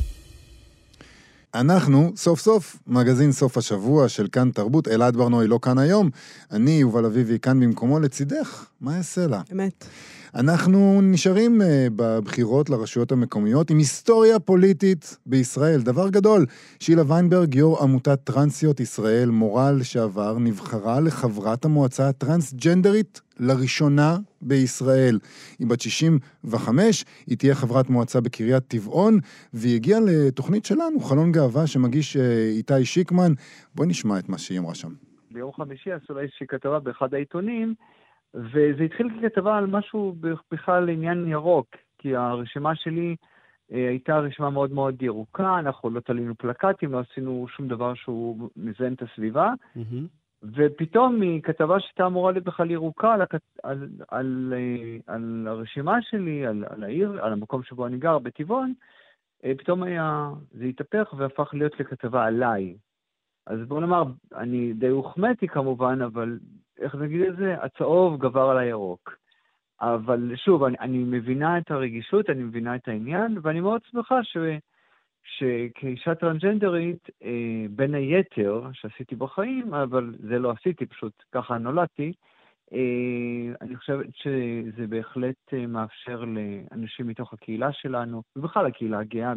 אנחנו, סוף סוף, מגזין סוף השבוע של כאן תרבות, אלעד ברנוי לא כאן היום, אני יובל אביבי כאן במקומו לצידך, מאיה סלע. אמת. אנחנו נשארים בבחירות לרשויות המקומיות עם היסטוריה פוליטית בישראל, דבר גדול. שילה ויינברג, יו"ר עמותת טרנסיות ישראל, מורה לשעבר, נבחרה לחברת המועצה הטרנסג'נדרית לראשונה בישראל. היא בת 65, היא תהיה חברת מועצה בקריית טבעון, והיא הגיעה לתוכנית שלנו, חלון גאווה, שמגיש איתי שיקמן. בואי נשמע את מה שהיא אמרה שם. ביום חמישי עשו לה איזושהי כתבה באחד העיתונים, וזה התחיל ככתבה על משהו בכלל עניין ירוק, כי הרשימה שלי הייתה רשימה מאוד מאוד ירוקה, אנחנו לא תלינו פלקטים, לא עשינו שום דבר שהוא מזיין את הסביבה, ופתאום מכתבה שהייתה אמורה להיות בכלל ירוקה על הרשימה שלי, על העיר, על המקום שבו אני גר, בטבעון, פתאום זה התהפך והפך להיות לכתבה עליי. אז בוא נאמר, אני די הוחמאתי כמובן, אבל איך נגיד את זה? הצהוב גבר על הירוק. אבל שוב, אני מבינה את הרגישות, אני מבינה את העניין, ואני מאוד שמחה שכאישה טרנסג'נדרית, בין היתר שעשיתי בחיים, אבל זה לא עשיתי, פשוט ככה נולדתי, אני חושבת שזה בהחלט מאפשר לאנשים מתוך הקהילה שלנו, ובכלל הקהילה הגאה,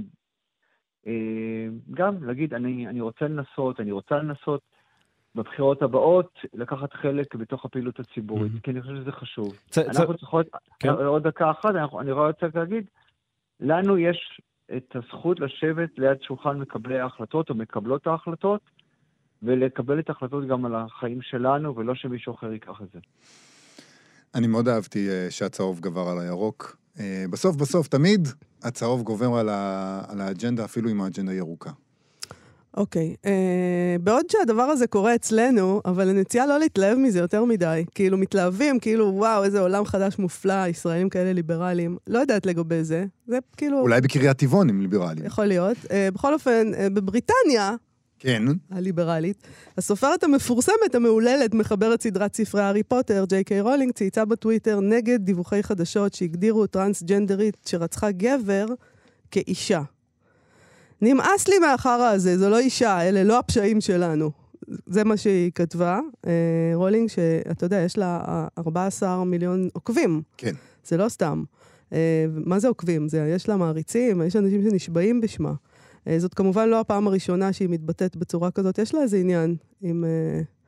גם להגיד, אני רוצה לנסות בבחירות הבאות לקחת חלק בתוך הפעילות הציבורית, כי אני חושב שזה חשוב. אנחנו צריכות, עוד דקה אחת, אני רוצה להגיד, לנו יש את הזכות לשבת ליד שולחן מקבלי ההחלטות או מקבלות ההחלטות, ולקבל את ההחלטות גם על החיים שלנו, ולא שמישהו אחר ייקח את זה. אני מאוד אהבתי שהצהוב גבר על הירוק. בסוף, תמיד הצהוב גובר על האג'נדה, אפילו עם האג'נדה ירוקה. אוקיי. בעוד שהדבר הזה קורה אצלנו, אבל אני מציעה לא להתלהב מזה יותר מדי. כאילו מתלהבים, כאילו וואו, איזה עולם חדש מופלא, ישראלים כאלה ליברליים. לא יודעת לגבי זה. זה כאילו... אולי בקריית טבעון הם ליברליים. יכול להיות. בכל אופן, בבריטניה... כן. הליברלית. הסופרת המפורסמת, המעוללת, מחברת סדרת ספרי הארי פוטר, ג'יי.קיי רולינג, צייצה בטוויטר נגד דיווחי חדשות שהגדירו טרנסג'נדרית שרצחה גבר כאישה. נמאס לי מהחרה הזה, זו לא אישה, אלה לא הפשעים שלנו. זה מה שהיא כתבה, רולינג, שאתה יודע, יש לה 14 מיליון עוקבים. כן. זה לא סתם. מה זה עוקבים? יש לה מעריצים, יש אנשים שנשבעים בשמה. זאת כמובן לא הפעם הראשונה שהיא מתבטאת בצורה כזאת, יש לה איזה עניין עם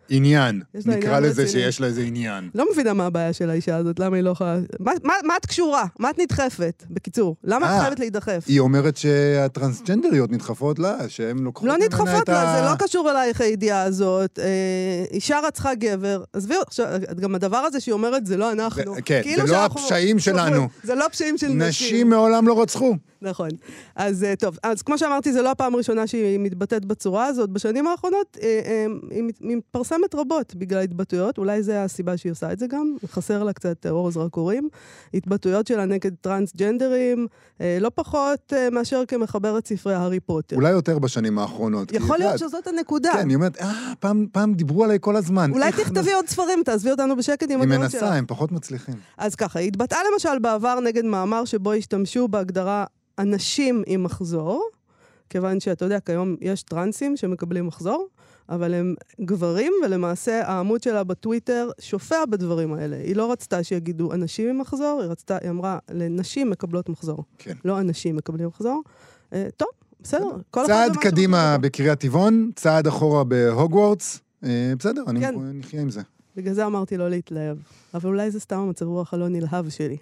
עניין. יש לה נקרא עניין לזה רציני. שיש לה איזה עניין. לא מבינה מה הבעיה של האישה הזאת, למה היא לא יכולה... מה את קשורה? מה את נדחפת? בקיצור, למה את חייבת להידחף? היא אומרת שהטרנסג'נדריות נדחפות לה, שהן לוקחות לא ממנה נדחפות לה, זה לא קשור אלייך הידיעה הזאת. אישה רצחה גבר. עזבי, גם הדבר הזה שהיא אומרת, זה לא אנחנו. כן, זה לא הפשעים שלנו. זה לא הפשעים של נשים. נשים מעולם לא רצחו. נכון. אז טוב, אז כמו שאמרתי, זה לא הפעם הראשונה שהיא מתבטאת בצורה הזאת. בשנים האחרונות היא מתפרסמת רבות בגלל התבטאויות. אולי זה הסיבה שהיא עושה את זה גם. חסר לה קצת אור זרקורים. התבטאויות שלה נגד טרנסג'נדרים, לא פחות מאשר כמחברת ספרי הארי פוטר. אולי יותר בשנים האחרונות. יכול להיות שזאת הנקודה. כן, היא אומרת, פעם דיברו עליי כל הזמן. אולי תכתבי עוד ספרים, תעזבי אותנו בשקט עם הדעות שלה. היא מנסה, הם פחות מצליחים. אז ככה, היא התבטאה למשל בעבר נגד מאמר שבו השתמשו בהגדרה אנשים עם מחזור, כיוון שאתה יודע, כיום יש טרנסים שמקבלים מחזור, אבל הם גברים, ולמעשה העמוד שלה בטוויטר שופע בדברים האלה. היא לא רצתה שיגידו אנשים עם מחזור, היא אמרה לנשים מקבלות מחזור. כן. לא אנשים מקבלים מחזור. טוב, בסדר. צעד קדימה בקריית טבעון, צעד אחורה בהוגוורטס. בסדר, אני נחיה עם זה. בגלל זה אמרתי לא להתלהב. אבל אולי זה סתם המצב רוח הלא נלהב שלי.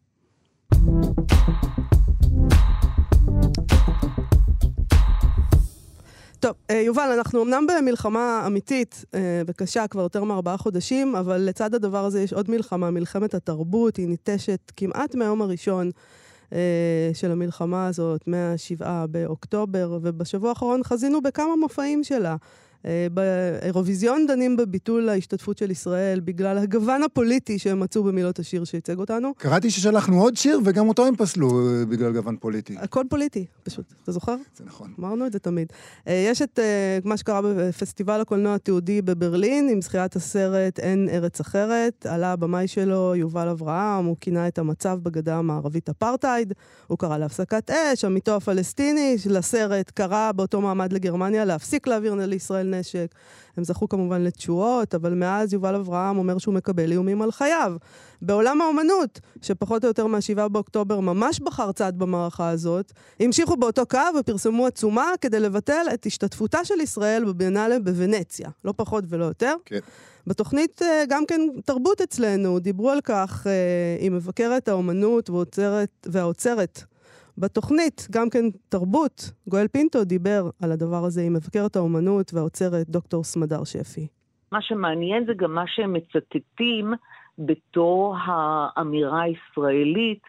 טוב, יובל, אנחנו אמנם במלחמה אמיתית וקשה כבר יותר מ4 חודשים, אבל לצד הדבר הזה יש עוד מלחמה, מלחמת התרבות, היא ניטשת כמעט מהיום הראשון של המלחמה הזאת, מה-7 באוקטובר, ובשבוע האחרון חזינו בכמה מופעים שלה. באירוויזיון דנים בביטול ההשתתפות של ישראל בגלל הגוון הפוליטי שהם מצאו במילות השיר שהציג אותנו. קראתי ששלחנו עוד שיר וגם אותו הם פסלו בגלל גוון פוליטי. הכל פוליטי, פשוט. אתה זוכר? זה נכון. אמרנו את זה תמיד. יש את מה שקרה בפסטיבל הקולנוע התיעודי בברלין, עם זכיית הסרט אין ארץ אחרת. עלה הבמאי שלו, יובל אברהם, הוא כינה את המצב בגדה המערבית אפרטהייד, הוא קרא להפסקת אש, עמיתו הפלסטיני לסרט קרא באותו מעמד לגרמניה להפסיק להעביר לישראל נשק. הם זכו כמובן לתשואות, אבל מאז יובל אברהם אומר שהוא מקבל איומים על חייו. בעולם האומנות, שפחות או יותר מה-7 באוקטובר ממש בחר צד במערכה הזאת, המשיכו באותו קו ופרסמו עצומה כדי לבטל את השתתפותה של ישראל בביאנלה בוונציה. לא פחות ולא יותר. כן. בתוכנית גם כן תרבות אצלנו, דיברו על כך עם מבקרת האומנות והאוצרת בתוכנית, גם כן תרבות, גואל פינטו דיבר על הדבר הזה עם מבקרת האומנות והאוצרת דוקטור סמדר שפי. מה שמעניין זה גם מה שהם מצטטים בתור האמירה הישראלית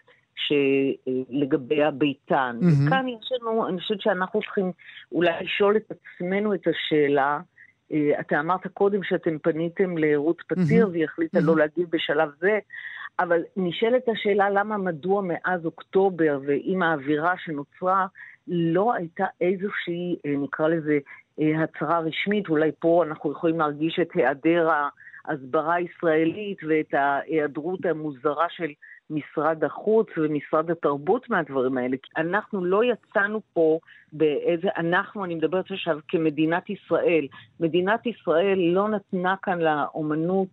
לגבי הביתן. וכאן יש לנו, אני חושבת שאנחנו צריכים אולי לשאול את עצמנו את השאלה, אתה אמרת קודם שאתם פניתם לרות פתיר והיא החליטה לא להגיב בשלב זה, אבל נשאלת השאלה למה מדוע מאז אוקטובר ועם האווירה שנוצרה לא הייתה איזושהי, נקרא לזה, הצהרה רשמית, אולי פה אנחנו יכולים להרגיש את היעדר ההסברה הישראלית ואת ההיעדרות המוזרה של משרד החוץ ומשרד התרבות מהדברים האלה. אנחנו לא יצאנו פה באיזה, אני מדברת עכשיו כמדינת ישראל. מדינת ישראל לא נתנה כאן לאומנות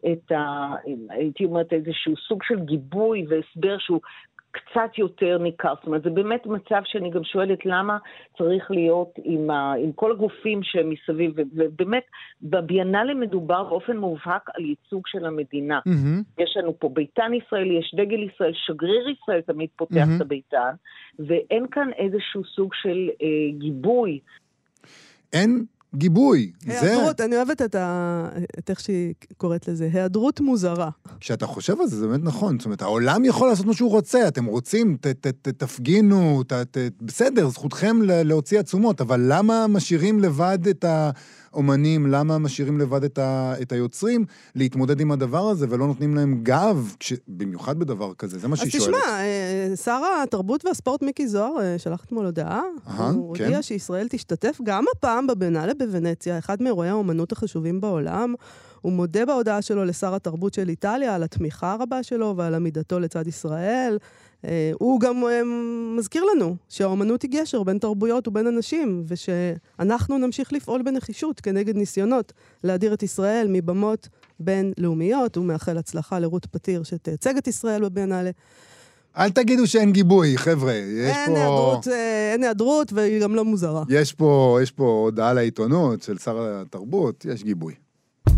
הייתי אומרת איזשהו סוג של גיבוי והסבר שהוא קצת יותר ניכר. זאת אומרת, זה באמת מצב שאני גם שואלת למה צריך להיות עם כל הגופים שמסביב, ובאמת בביאנלה מדובר באופן מובהק על ייצוג של המדינה. יש לנו פה ביתן ישראל, יש דגל ישראל, שגריר ישראל תמיד פותח את הביתן, ואין כאן איזשהו סוג של גיבוי. אין גיבוי. היעדרות, אני אוהבת את איך שהיא קוראת לזה, היעדרות מוזרה. כשאתה חושב על זה, זה באמת נכון. זאת אומרת, העולם יכול לעשות מה שהוא רוצה, אתם רוצים, תפגינו, בסדר, זכותכם להוציא עצומות, אבל למה משאירים לבד את האומנים, למה משאירים לבד את היוצרים להתמודד עם הדבר הזה, ולא נותנים להם גב, במיוחד בדבר כזה, זה מה שהיא שואלת. אז תשמע, שר התרבות והספורט מיקי זוהר, שלח אתמול הודעה, הוא הודיע שישראל תשתתף גם הפעם בביאנלה בוונציה, אחד מאירועי האומנות החשובים בעולם. הוא מודה בהודעה שלו לשר התרבות של איטליה על התמיכה הרבה שלו ועל עמידתו לצד ישראל. הוא גם מזכיר לנו שהאומנות היא גשר בין תרבויות ובין אנשים, ושאנחנו נמשיך לפעול בנחישות כנגד ניסיונות להדיר את ישראל מבמות בינלאומיות. הוא מאחל הצלחה לרות פתיר שתייצג את ישראל בביאנלה. אל תגידו שאין גיבוי, חבר'ה. אין היעדרות והיא גם לא מוזרה. יש פה הודעה לעיתונות של שר התרבות, יש גיבוי.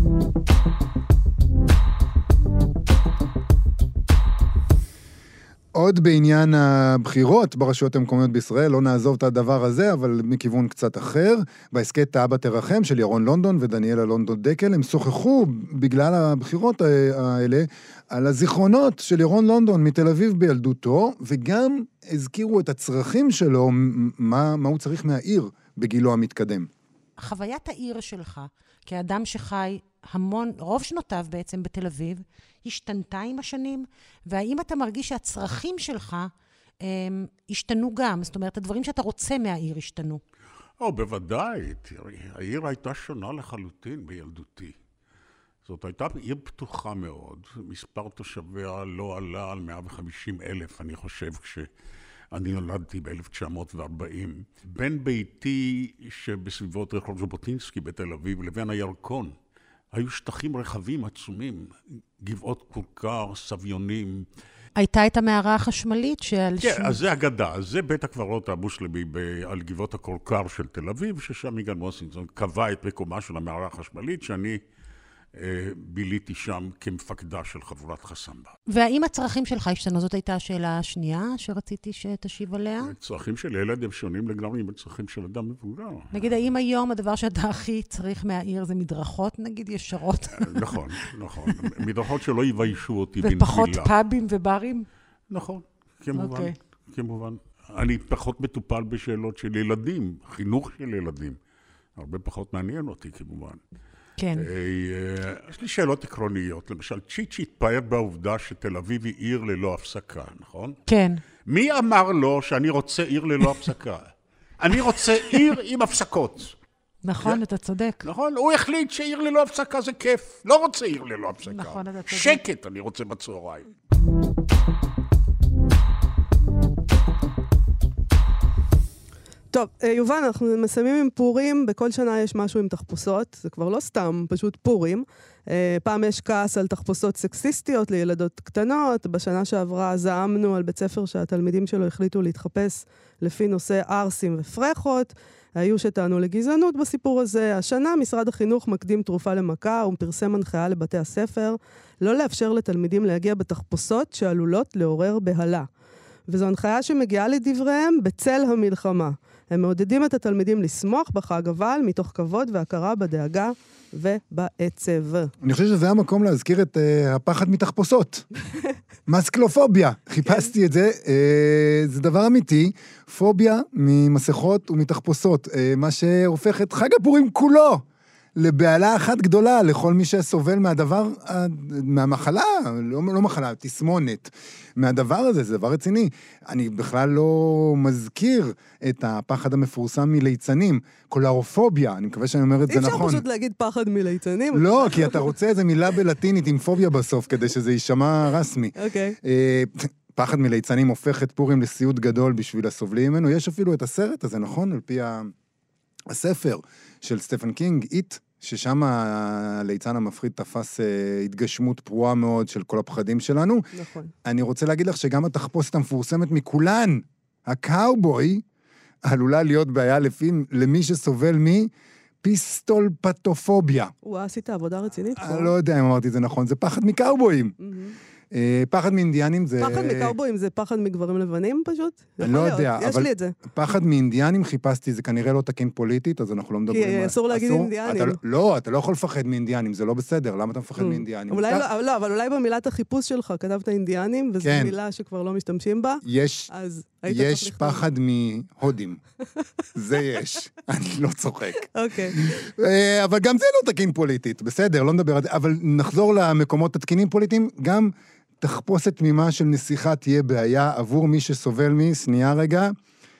עוד בעניין הבחירות ברשויות המקומיות בישראל, לא נעזוב את הדבר הזה, אבל מכיוון קצת אחר. בהסכת אבא תרחם של ירון לונדון ודניאלה לונדון דקל, הם שוחחו בגלל הבחירות האלה, על הזיכרונות של ירון לונדון מתל אביב בילדותו, וגם הזכירו את הצרכים שלו, מה הוא צריך מהעיר בגילו המתקדם. חוויית העיר שלך, כאדם שחי רוב שנותיו בעצם בתל אביב, השתנתה עם השנים, והאם אתה מרגיש שהצרכים שלך השתנו גם? זאת אומרת, הדברים שאתה רוצה מהעיר השתנו. בוודאי, תראי, העיר הייתה שונה לחלוטין בילדותי. זאת הייתה עיר פתוחה מאוד, מספר תושביה לא עלה על 150,000, אני חושב, כשאני נולדתי ב-1940. בין ביתי שבסביבות רחוב ז'בוטינסקי בתל אביב לבין הירקון, היו שטחים רחבים עצומים, גבעות כורכר, סביונים. הייתה את המערה החשמלית שעל כן, אז זה אגדה, זה בית הקברות המוסלמי על גבעות הכורכר של תל אביב, ששם יגאל מוסינגטון קבע את מקומה של המערה החשמלית, שאני ביליתי שם כמפקדה של חבורת חסמבה. והאם הצרכים שלך השתנו? זאת הייתה השאלה השנייה שרציתי שתשיב עליה? הצרכים של ילד הם שונים לגמרי מהצרכים של אדם מבוגר. נגיד, האם היום הדבר שאתה הכי צריך מהעיר זה מדרכות, נגיד, ישרות? נכון, נכון. מדרכות שלא יביישו אותי בנפילה. ופחות פאבים וברים? נכון, כמובן. אני פחות מטופל בשאלות של ילדים, חינוך של ילדים. הרבה פחות מעניין אותי, כמובן. כן. יש לי שאלות עקרוניות. למשל, צ'יצ'י התפאר בעובדה שתל אביב היא עיר ללא הפסקה, נכון? כן. מי אמר לו שאני רוצה עיר ללא הפסקה? אני רוצה עיר עם הפסקות. נכון, אתה צודק. נכון, הוא החליט שעיר ללא הפסקה זה כיף. לא רוצה עיר ללא הפסקה. נכון, אתה צודק. שקט אני רוצה בצהריים. טוב, יובל, אנחנו מסיימים עם פורים, בכל שנה יש משהו עם תחפושות, זה כבר לא סתם, פשוט פורים. פעם יש כעס על תחפושות סקסיסטיות לילדות קטנות, בשנה שעברה זעמנו על בית ספר שהתלמידים שלו החליטו להתחפש לפי נושא ארסים ופרחות, היו שטענו לגזענות בסיפור הזה. השנה משרד החינוך מקדים תרופה למכה, הוא פרסם הנחיה לבתי הספר, לא לאפשר לתלמידים להגיע בתחפושות שעלולות לעורר בהלה. וזו הנחיה שמגיעה לדבריהם בצל המלחמה. הם מעודדים את התלמידים לשמוח בחג, אבל מתוך כבוד והכרה בדאגה ובעצב. אני חושב שזה המקום להזכיר את הפחד מתחפושות. מסקלופוביה. חיפשתי את זה. זה דבר אמיתי. פוביה ממסכות ומתחפושות. מה שהופך את חג הפורים כולו לבעלה אחת גדולה לכל מי שסובל מהדבר, מהמחלה, לא מחלה, תסמונת. מהדבר הזה, זה דבר רציני. אני בכלל לא מזכיר את הפחד המפורסם מליצנים, קולרופוביה, אני מקווה שאני אומר את זה נכון. אי אפשר פשוט להגיד פחד מליצנים? לא, כי אתה רוצה איזה מילה בלטינית עם פוביה בסוף, כדי שזה יישמע רסמי. אוקיי. פחד מליצנים הופך את פורים לסיוט גדול בשביל הסובלים ממנו. יש אפילו את הסרט הזה, נכון? על פי הספר של סטפן קינג, איט, ששם הליצן המפחיד תפס התגשמות פרועה מאוד של כל הפחדים שלנו. נכון. אני רוצה להגיד לך שגם התחפושת המפורסמת מכולן, הקאובוי, עלולה להיות בעיה למי שסובל מפיסטול פטופוביה. עשית עבודה רצינית פה. אני לא יודע אם אמרתי את זה נכון, זה פחד מקאובויים. פחד מאינדיאנים זה... פחד מקאובויים זה פחד מגברים לבנים פשוט? אני לא יודע, יש לי את זה. פחד מאינדיאנים חיפשתי, זה כנראה לא תקין פוליטית, אז אנחנו לא מדברים... כי אסור להגיד אינדיאנים. לא, אתה לא יכול לפחד מאינדיאנים, זה לא בסדר, למה אתה מפחד מאינדיאנים? לא, אבל אולי במילת החיפוש שלך כתבת אינדיאנים, וזו מילה שכבר לא משתמשים בה. יש פחד מהודים. זה יש. אני לא צוחק. אוקיי. אבל גם זה לא תקין פוליטית, בסדר, לא נדבר על זה, אבל נחזור למקומות התקינים פוליטיים, גם תחפושת תמימה של נסיכה תהיה בעיה עבור מי שסובל שנייה רגע,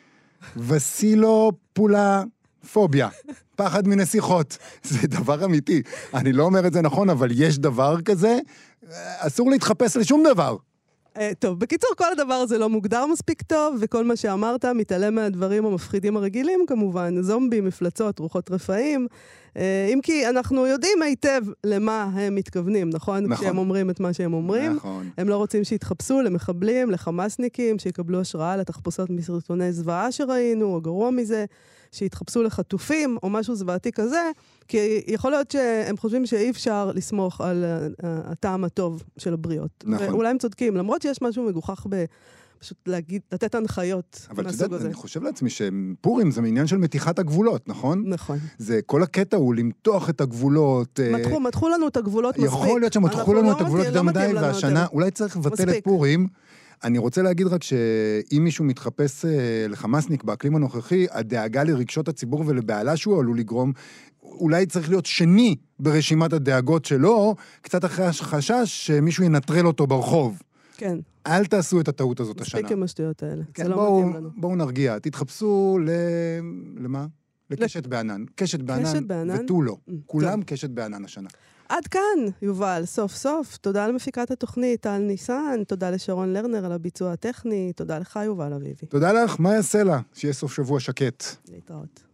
וסילו פולה פוביה, פחד מנסיכות. זה דבר אמיתי. אני לא אומר את זה נכון, אבל יש דבר כזה, אסור להתחפש לשום דבר. טוב, בקיצור, כל הדבר הזה לא מוגדר מספיק טוב, וכל מה שאמרת מתעלם מהדברים המפחידים הרגילים, כמובן, זומבים, מפלצות, רוחות רפאים, אם כי אנחנו יודעים היטב למה הם מתכוונים, נכון? כשהם אומרים את מה שהם אומרים. נכון. הם לא רוצים שיתחפשו למחבלים, לחמאסניקים, שיקבלו השראה לתחפושות מסרטוני זוועה שראינו, או גרוע מזה, שיתחפשו לחטופים, או משהו זוועתי כזה, כי יכול להיות שהם חושבים שאי אפשר לסמוך על הטעם הטוב של הבריות. נכון. ואולי הם צודקים, למרות שיש משהו מגוחך פשוט לתת הנחיות אבל מהסוג אתה יודע, הזה. אני חושב לעצמי שפורים זה מעניין של מתיחת הגבולות, נכון? נכון. זה כל הקטע הוא למתוח את הגבולות. מתחו לנו את הגבולות מספיק. יכול להיות שמתחו לנו את הגבולות יותר מדי, והשנה והשנה אולי צריך לבטל את פורים. אני רוצה להגיד רק שאם מישהו מתחפש לחמאסניק באקלים הנוכחי, הדאגה לרגשות הציבור ולבעלה שהוא עלול לגרום, אולי צריך להיות שני ברשימת הדאגות שלו, קצת אחרי החשש שמישהו ינטרל אותו ברחוב. כן. אל תעשו את הטעות הזאת השנה. מספיק עם השטויות האלה. כן, זה לא מתאים לנו. בואו נרגיע. תתחפשו למה? לקשת בענן. קשת בענן ותו לא. כולם קשת בענן השנה. עד כאן, יובל, סוף סוף. תודה למפיקת התוכנית, טל ניסן, תודה לשרון לרנר על הביצוע הטכני, תודה לך, יובל אביבי. תודה לך, מה יעשה לה? שיהיה סוף שבוע שקט. להתראות.